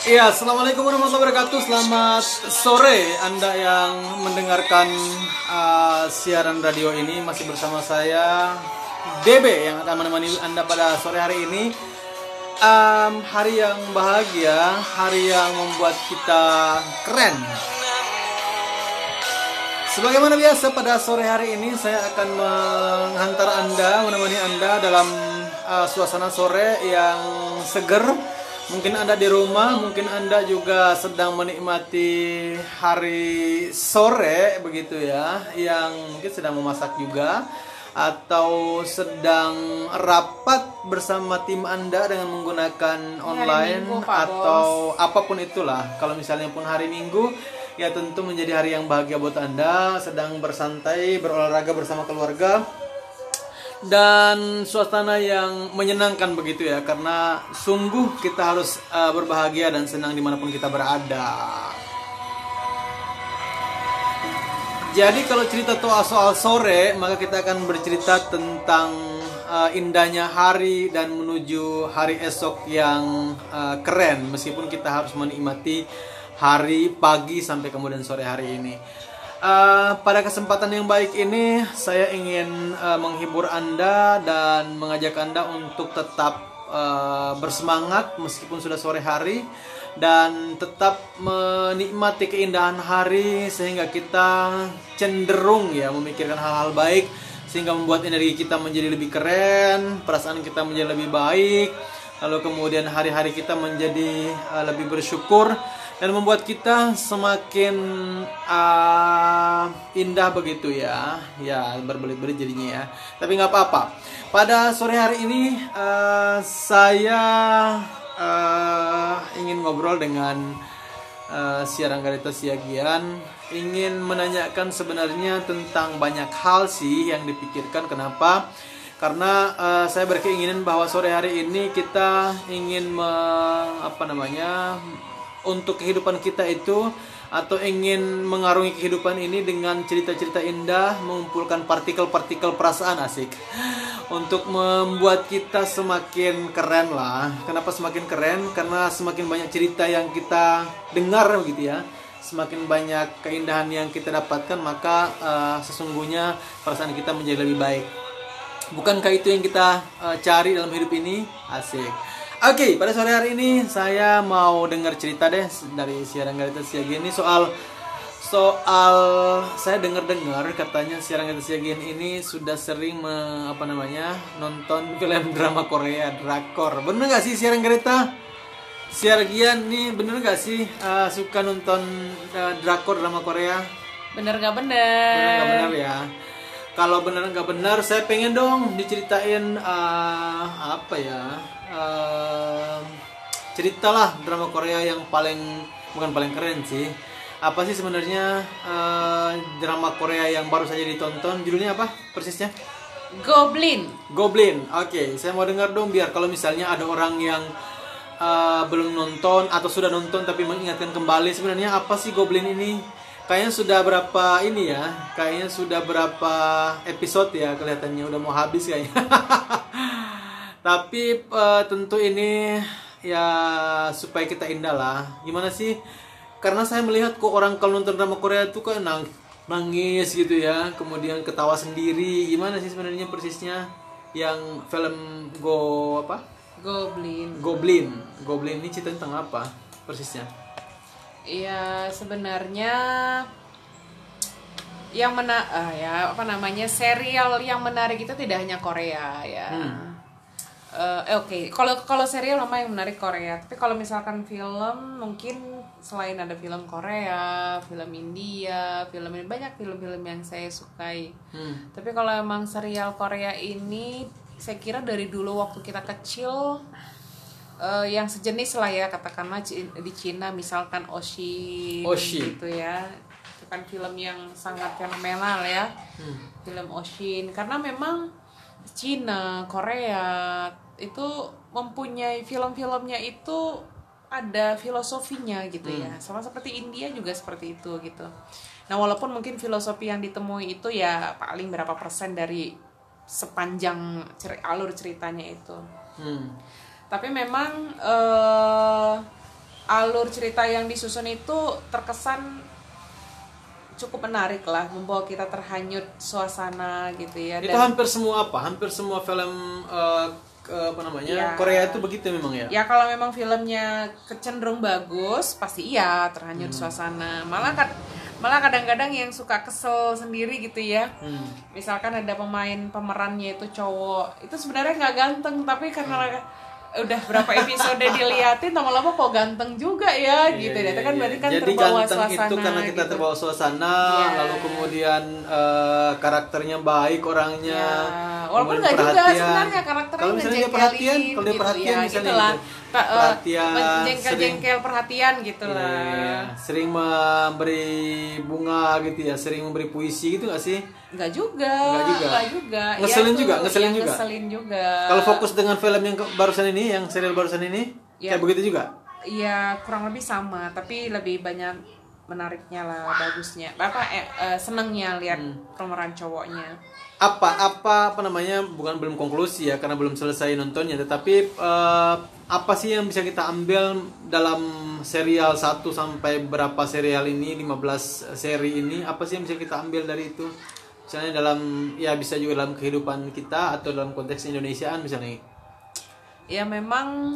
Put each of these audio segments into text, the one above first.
Iya, assalamualaikum warahmatullahi wabarakatuh. Selamat sore Anda yang mendengarkan siaran radio ini. Masih bersama saya DB yang akan menemani Anda pada sore hari ini. Hari yang bahagia, hari yang membuat kita keren. Sebagaimana biasa pada sore hari ini saya akan menghantar Anda, menemani Anda dalam suasana sore yang seger. Mungkin Anda di rumah, mungkin Anda juga sedang menikmati hari sore begitu ya, yang mungkin sedang memasak juga atau sedang rapat bersama tim Anda dengan menggunakan online Minggu, Pak atau apapun itulah. Kalau misalnya pun hari Minggu, ya tentu menjadi hari yang bahagia buat Anda, sedang bersantai, berolahraga bersama keluarga dan suasana yang menyenangkan begitu ya, karena sungguh kita harus berbahagia dan senang dimanapun kita berada. Jadi kalau cerita soal sore, maka kita akan bercerita tentang indahnya hari dan menuju hari esok yang keren, meskipun kita harus menikmati hari pagi sampai kemudian sore hari ini. Pada kesempatan yang baik ini saya ingin menghibur Anda dan mengajak Anda untuk tetap bersemangat meskipun sudah sore hari, dan tetap menikmati keindahan hari sehingga kita cenderung ya memikirkan hal-hal baik, sehingga membuat energi kita menjadi lebih keren, perasaan kita menjadi lebih baik, lalu kemudian hari-hari kita menjadi lebih bersyukur dan membuat kita semakin indah begitu ya. Ya berbelit-belit jadinya ya. Tapi nggak apa-apa. Pada sore hari ini saya ingin ngobrol dengan Siarang Garita Siagian. Ingin menanyakan sebenarnya tentang banyak hal sih yang dipikirkan. Kenapa? Karena saya berkeinginan bahwa sore hari ini kita ingin untuk kehidupan kita itu, atau ingin mengarungi kehidupan ini dengan cerita-cerita indah, mengumpulkan partikel-partikel perasaan asik untuk membuat kita semakin keren lah. Kenapa semakin keren? Karena semakin banyak cerita yang kita dengar gitu ya, semakin banyak keindahan yang kita dapatkan, maka sesungguhnya perasaan kita menjadi lebih baik. Bukankah itu yang kita cari dalam hidup ini? Asik. Oke, pada sore hari ini saya mau dengar cerita deh dari Siarang Garita Siagian ini soal saya dengar katanya Siarang Garita Siagian ini sudah sering nonton film drama Korea, drakor. Bener gak sih Siarang Garita Siagian nih, bener gak sih suka nonton drakor drama Korea? Bener gak bener? Bener gak bener ya? Kalau bener nggak bener, saya pengen dong diceritain ceritalah drama Korea yang bukan paling keren sih. Apa sih sebenarnya drama Korea yang baru saja ditonton? Judulnya apa persisnya? Goblin. Goblin. Oke, saya mau dengar dong, biar kalau misalnya ada orang yang belum nonton atau sudah nonton tapi mengingatkan kembali sebenarnya apa sih Goblin ini. Kayaknya sudah berapa episode ya, kelihatannya udah mau habis kayaknya. Tapi tentu ini ya supaya kita indah lah. Gimana sih? Karena saya melihat kok orang kalau nonton drama Korea itu kan nangis gitu ya, kemudian ketawa sendiri. Gimana sih sebenarnya persisnya yang film Goblin. Goblin ini cerita tentang apa persisnya? Ya sebenarnya yang serial yang menarik itu tidak hanya Korea ya. Oke. Kalau serial memang yang menarik Korea, tapi kalau misalkan film, mungkin selain ada film Korea, film India, banyak film-film yang saya sukai. Tapi kalau emang serial Korea ini, saya kira dari dulu waktu kita kecil, yang sejenis lah ya, katakanlah di Cina misalkan Oshin gitu ya, itu kan film yang sangat fenomenal ya. Film Oshin, karena memang Cina, Korea itu mempunyai film-filmnya itu ada filosofinya gitu ya, sama seperti India juga seperti itu gitu. Nah walaupun mungkin filosofi yang ditemui itu ya paling berapa persen dari sepanjang alur ceritanya itu. Tapi memang alur cerita yang disusun itu terkesan cukup menarik lah, membawa kita terhanyut suasana gitu ya. Itu Dan hampir semua hampir semua film apa namanya ya, Korea itu begitu memang ya. ya kalau memang filmnya cenderung bagus pasti iya terhanyut suasana. Malah kadang-kadang yang suka kesel sendiri gitu ya. Misalkan ada pemerannya itu cowok, itu sebenarnya nggak ganteng tapi karena udah berapa episode diliatin lama-lama kok ganteng juga ya gitu. Itu kan berarti kan Jadi terbawa ganteng suasana itu karena kita gitu. terbawa suasana, Iya. lalu kemudian karakternya baik orangnya, Ya, walaupun kemudian nggak juga perhatian. sebenarnya karakternya Kalau misalnya dia ngejengkelin perhatian, kalau dia gitu, perhatian ya, misalnya gitulah. gitu. Perhatian, Jengkel-jengkel perhatian gitu lah. Iya, sering memberi bunga gitu ya, sering memberi puisi gitu nggak sih? Nggak juga. Ngeselin Ya, juga, tuh, ngeselin yang juga. Ngeselin juga. Kalau fokus dengan film yang barusan ini, yang serial barusan ini, Ya. kayak begitu juga. Ya kurang lebih sama, tapi lebih banyak menariknya lah, bagusnya. Senengnya lihat pemeran cowoknya. Apa namanya, bukan belum konklusi ya karena belum selesai nontonnya, tetapi apa sih yang bisa kita ambil dalam serial 1 sampai berapa serial ini, 15 seri ini, apa sih yang bisa kita ambil dari itu, misalnya dalam, ya bisa juga dalam kehidupan kita atau dalam konteks Indonesiaan misalnya. Ya memang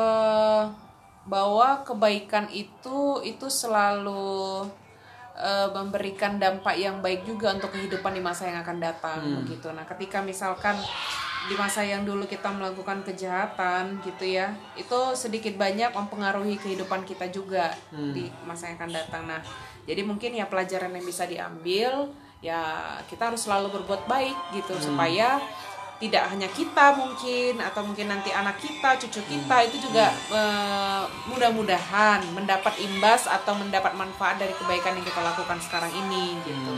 bahwa kebaikan itu selalu memberikan dampak yang baik juga untuk kehidupan di masa yang akan datang begitu. Nah, ketika misalkan di masa yang dulu kita melakukan kejahatan gitu ya, itu sedikit banyak mempengaruhi kehidupan kita juga di masa yang akan datang. Nah, jadi mungkin ya pelajaran yang bisa diambil ya kita harus selalu berbuat baik gitu supaya tidak hanya kita mungkin atau mungkin nanti anak kita, cucu kita itu juga mudah-mudahan mendapat imbas atau mendapat manfaat dari kebaikan yang kita lakukan sekarang ini gitu.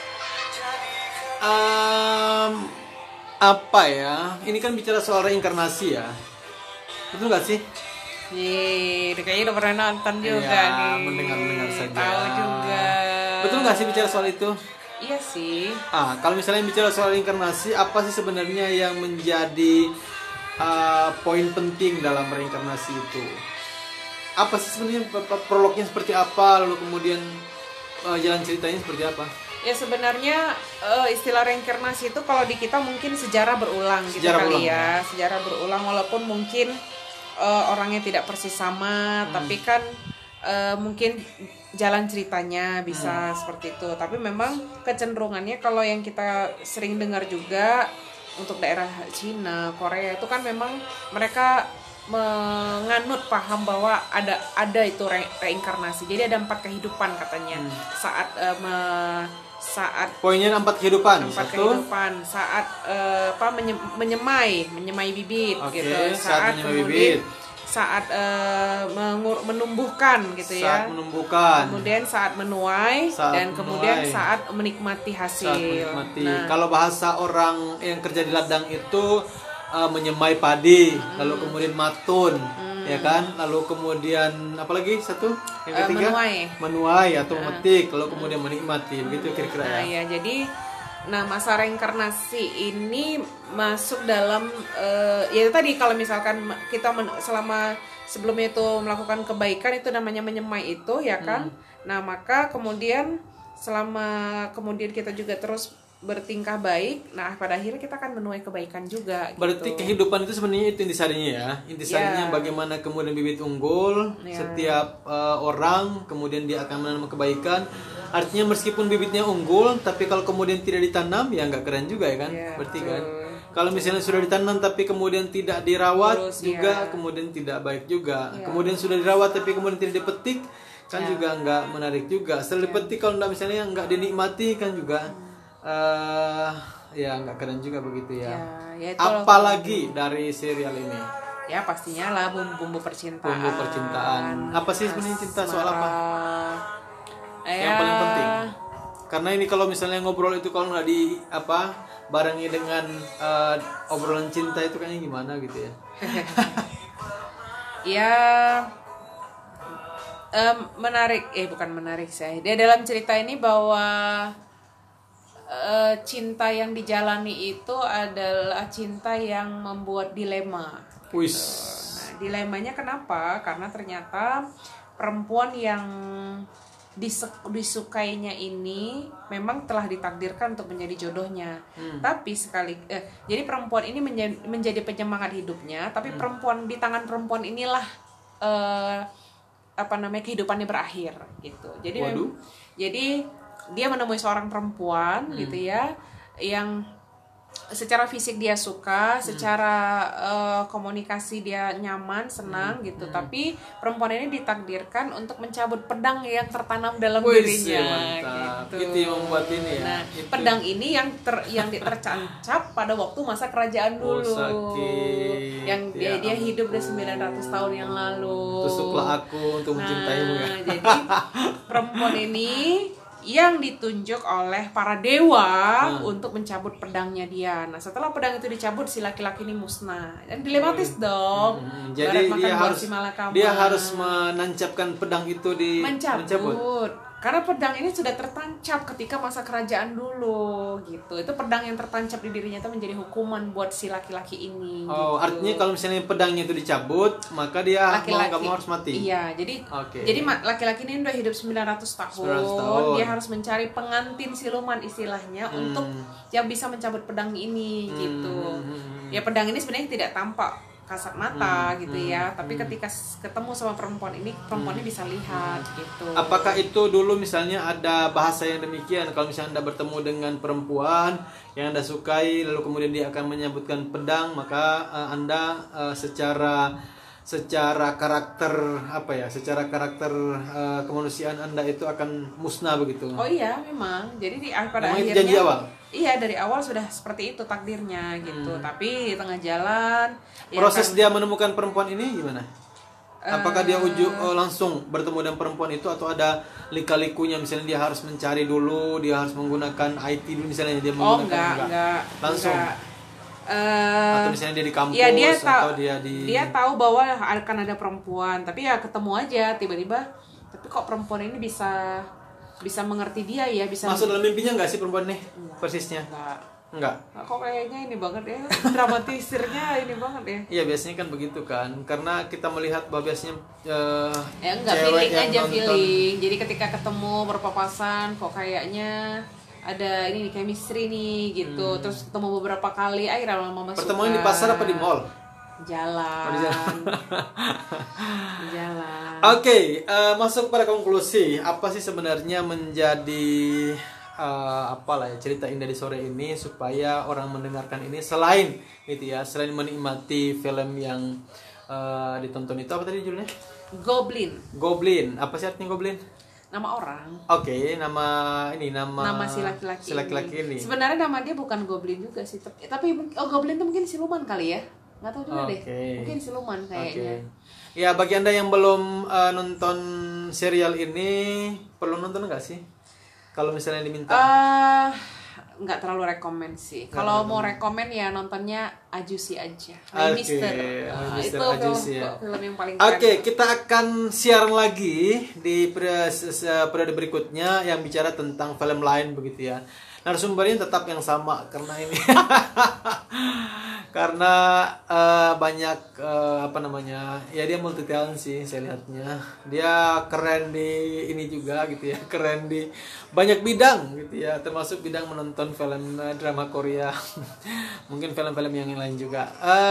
Apa ya? Ini kan bicara soal reinkarnasi ya. Betul nggak sih? Kayaknya udah pernah nonton juga Ya, nih. mendengar saja. Tahu juga. Betul nggak sih bicara soal itu? Iya sih. Kalau misalnya bicara soal reinkarnasi, apa sih sebenarnya yang menjadi poin penting dalam reinkarnasi itu? Apa sih sebenarnya prolognya seperti apa, lalu kemudian jalan ceritanya seperti apa? Ya sebenarnya istilah reinkarnasi itu kalau di kita mungkin sejarah berulang gitu Sejarah kali berulang, ya. Sejarah berulang walaupun mungkin orangnya tidak persis sama, tapi kan mungkin jalan ceritanya bisa seperti itu. Tapi memang kecenderungannya kalau yang kita sering dengar juga untuk daerah Cina, Korea itu kan memang mereka menganut paham bahwa ada itu reinkarnasi. Jadi ada 4 kehidupan katanya. Saat Poinnya 4 kehidupan. 4 Satu, kehidupan saat menyemai bibit Oke, gitu. saat menyemai Kemudian bibit. saat menumbuhkan gitu ya. saat menumbuhkan, Kemudian saat menuai dan kemudian menuai. saat menikmati hasil. saat menikmati. Nah, Kalau bahasa orang yang kerja di ladang itu menyemai padi, lalu kemudian matun, ya kan? Lalu kemudian apa lagi satu? Yang ketiga menuai atau memetik, lalu kemudian menikmati. Begitu kira-kira nah ya. ya jadi masa reinkarnasi ini masuk dalam ya tadi kalau misalkan kita selama sebelumnya itu melakukan kebaikan itu namanya menyemai itu ya kan. Nah, maka kemudian selama kemudian kita juga terus bertingkah baik, nah pada akhirnya kita akan menuai kebaikan juga. Berarti gitu. kehidupan itu sebenarnya itu intisarinya ya. Intisarinya bagaimana kemudian bibit unggul, setiap orang kemudian dia akan menanam kebaikan. Artinya meskipun bibitnya unggul, tapi kalau kemudian tidak ditanam ya nggak keren juga ya kan? Berarti betul. kan. Kalau misalnya sudah ditanam tapi kemudian tidak dirawat Terus, juga, kemudian tidak baik juga. Kemudian sudah dirawat tapi kemudian tidak dipetik, kan juga nggak menarik juga. Setelah dipetik kalau nggak misalnya nggak dinikmati kan juga ya nggak keren juga begitu ya. Ya itu Apalagi dari serial ini? ya pastinya lah bumbu percintaan. Bumbu percintaan. Apa sih sebenarnya cinta, soal apa? Yang Ya, paling penting. Karena ini kalau misalnya ngobrol itu kalau nggak barengi dengan obrolan cinta itu kayaknya gimana gitu ya. Ya menarik, bukan menarik sih. Dia dalam cerita ini bahwa cinta yang dijalani itu adalah cinta yang membuat dilema. Wis. Nah, dilemanya kenapa? Karena ternyata perempuan yang disukainya ini memang telah ditakdirkan untuk menjadi jodohnya. Tapi jadi perempuan ini menjadi penyemangat hidupnya, tapi perempuan di tangan perempuan inilah kehidupannya berakhir gitu. Jadi dia menemui seorang perempuan gitu ya, yang secara fisik dia suka, secara komunikasi dia nyaman, senang gitu. Tapi perempuan ini ditakdirkan untuk mencabut pedang yang tertanam dalam dirinya. Mantap. Gitu. Itu yang membuat ini ya. Nah, pedang ini yang tercancap pada waktu masa kerajaan dulu. Yang dia hidup udah 900 tahun yang lalu. Tusuklah aku untuk mencintaimu ya. Jadi perempuan ini yang ditunjuk oleh para dewa untuk mencabut pedangnya dia. Nah, setelah pedang itu dicabut, si laki-laki ini musnah. Dan dilematis dong. Jadi dia harus menancapkan pedang itu di mencabut. Karena pedang ini sudah tertancap ketika masa kerajaan dulu gitu. Itu pedang yang tertancap di dirinya itu menjadi hukuman buat si laki-laki ini. Oh, gitu. Artinya kalau misalnya pedangnya itu dicabut, maka dia kamu harus mati. Iya, jadi laki-laki ini udah hidup 900 tahun. Dia harus mencari pengantin siluman istilahnya untuk yang bisa mencabut pedang ini gitu. Ya pedang ini sebenarnya tidak tampak kasat mata gitu ya, tapi ketika ketemu sama perempuan ini bisa lihat gitu. Apakah itu dulu misalnya ada bahasa yang demikian, kalau misalnya Anda bertemu dengan perempuan yang Anda sukai lalu kemudian dia akan menyebutkan pedang, maka Anda secara karakter kemanusiaan Anda itu akan musnah begitu. Oh iya, memang. Jadi pada akhirnya janji awal. Iya, dari awal sudah seperti itu takdirnya gitu. Tapi di tengah jalan proses dia menemukan perempuan ini gimana? Apakah dia langsung bertemu dengan perempuan itu atau ada lika-likunya, misalnya dia harus mencari dulu, dia harus menggunakan IT dulu misalnya dia menggunakan enggak. Langsung. Atau misalnya dia di kampus dia tahu bahwa akan ada perempuan, tapi ya ketemu aja tiba-tiba. Tapi kok perempuan ini bisa mengerti dia ya, bisa masuk dalam mimpinya nggak sih perempuan nih? Persisnya enggak. Kok kayaknya ini banget ya, dramatisirnya ini banget ya. Iya, biasanya kan begitu kan, karena kita melihat bahwa biasanya feeling aja feeling. Jadi ketika ketemu berpapasan kok kayaknya ada ini chemistry nih gitu. Terus ketemu beberapa kali, akhirnya lama-lama suka. Pertemuan di pasar apa di mall? Jalan. Oke, masuk pada konklusi. Apa sih sebenarnya menjadi cerita indah di sore ini supaya orang mendengarkan ini selain menikmati film yang ditonton itu, apa tadi judulnya? Goblin. Apa sih artinya Goblin? Nama orang. Oke, nama si laki-laki ini. Sebenarnya nama dia bukan Goblin juga sih, tapi Goblin itu mungkin siluman kali ya. Nggak tahu juga deh. Mungkin siluman kayaknya. Ya, bagi Anda yang belum nonton serial ini, perlu nonton nggak sih? Kalau misalnya diminta. Nggak terlalu rekomen sih. Kalau mau rekomen ya nontonnya Ajusi aja. Mister. Itu film yang paling keren. Oke, kita akan siaran lagi di periode berikutnya yang bicara tentang film lain begitu ya. Narasumbernya tetap yang sama karena ini banyak dia multi talent sih saya lihatnya. Dia keren di ini juga gitu ya, keren di banyak bidang gitu ya, termasuk bidang menonton film drama Korea. Mungkin film-film yang lain juga.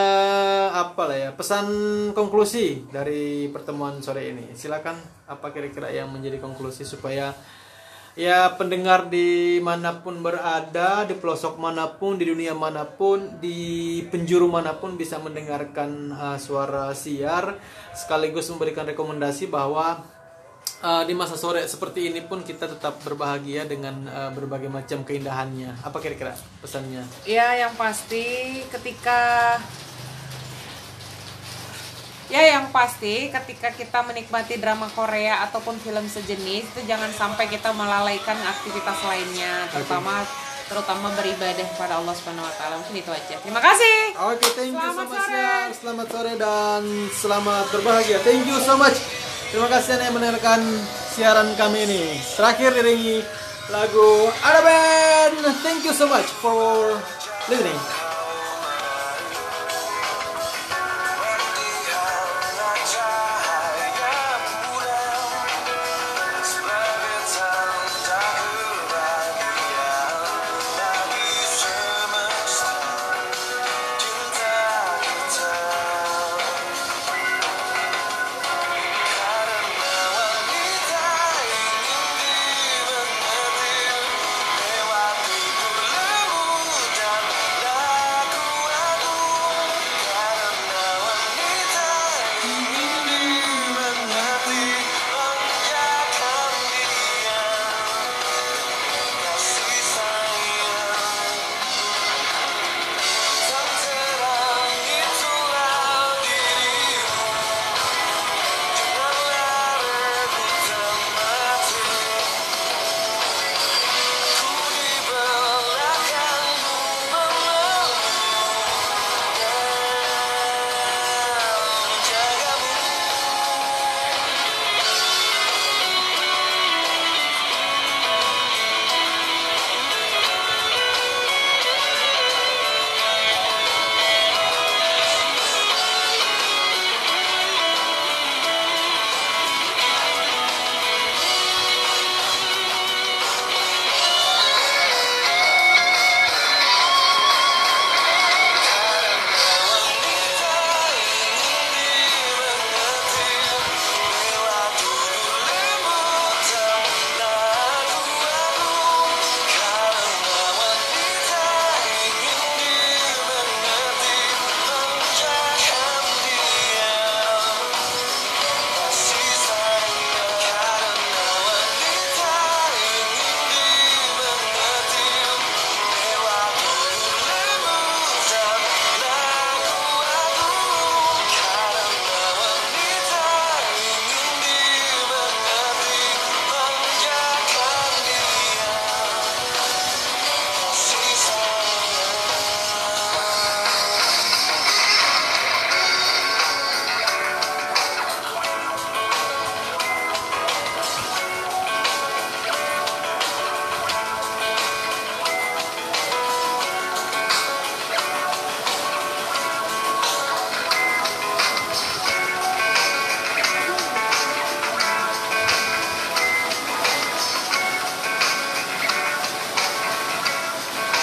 Pesan konklusi dari pertemuan sore ini. Silakan, apa kira-kira yang menjadi konklusi supaya pendengar di manapun berada, di pelosok manapun, di dunia manapun, di penjuru manapun bisa mendengarkan suara siar, sekaligus memberikan rekomendasi bahwa di masa sore seperti ini pun kita tetap berbahagia dengan berbagai macam keindahannya. Apa kira-kira pesannya? Ya, yang pasti ketika kita menikmati drama Korea ataupun film sejenis itu jangan sampai kita melalaikan aktivitas lainnya, terutama beribadah kepada Allah Subhanahu wa taala. Mungkin itu aja. Terima kasih. Oke, thank you so much. Selamat sore dan selamat berbahagia. Thank you so much. Terima kasih yang mendengarkan siaran kami ini. Terakhir diringi lagu Araben. Thank you so much for listening.